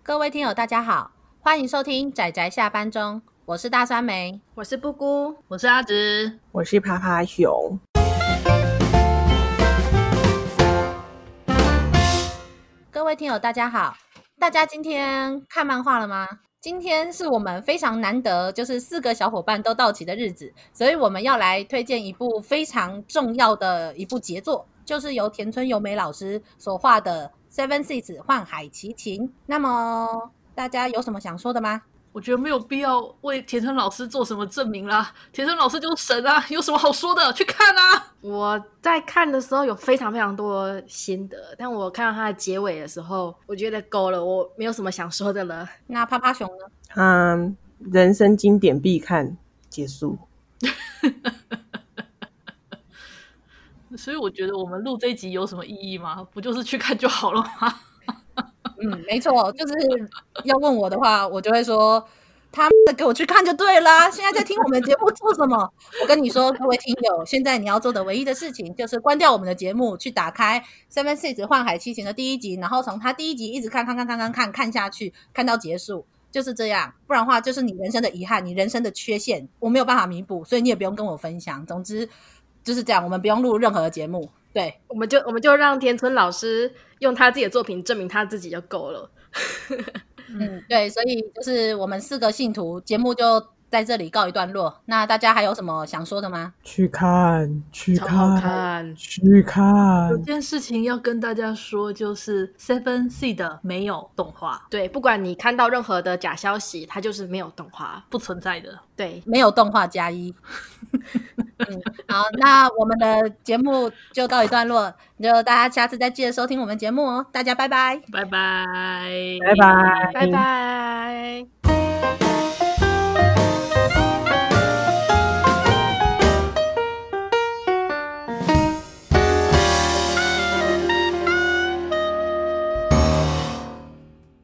各位听友大家好，欢迎收听宅宅下班中，我是大酸梅， 我是布姑， 我是阿直， 我是趴趴熊。 各位听友大家好，大家今天看漫画了吗？今天是我们非常难得，就是4个小伙伴都到齐的日子，所以我们要来推荐一部非常重要的一部杰作，就是由田村由美老师所画的 Seven Seas 幻海奇情。那么大家有什么想说的吗？ 我觉得没有必要为田村老师做什么证明啦，田村老师就是神啊，有什么好说的？去看啊！ 我在看的时候有非常多心得，但我看到它的结尾的时候，我觉得够了，我没有什么想说的了。 那趴趴熊呢？ 人生经典必看，结束。 所以我觉得我们录这一集有什么意义吗？不就是去看就好了吗？ 没错，就是要问我的话，我就会说他的给我去看就对啦。现在在听我们的节目做什么？我跟你说，各位听友，现在你要做的唯一的事情就是关掉我们的节目，去打开 Seven Seas 幻海奇情的第1集，然后从他第1集一直看下去，看到结束，就是这样。不然的话，就是你人生的遗憾，你人生的缺陷，我没有办法弥补，所以你也不用跟我分享。总之就是这样，我们不用录任何的节目。对， 我们就让田村老师用他自己的作品证明他自己就够了。 对，所以就是我们4个信徒节目就在这里告一段落。那大家还有什么想说的吗？ 去看， 超好看， 去看。 有件事情要跟大家说，就是 Seven Seas 的没有动画， 对，不管你看到任何的假消息，它就是没有动画， 不存在的。 对， 没有动画加1。好，那我们的节目就告一段落，就大家下次再记得收听我们节目哦。大家拜拜， 拜拜， 拜拜， 拜拜。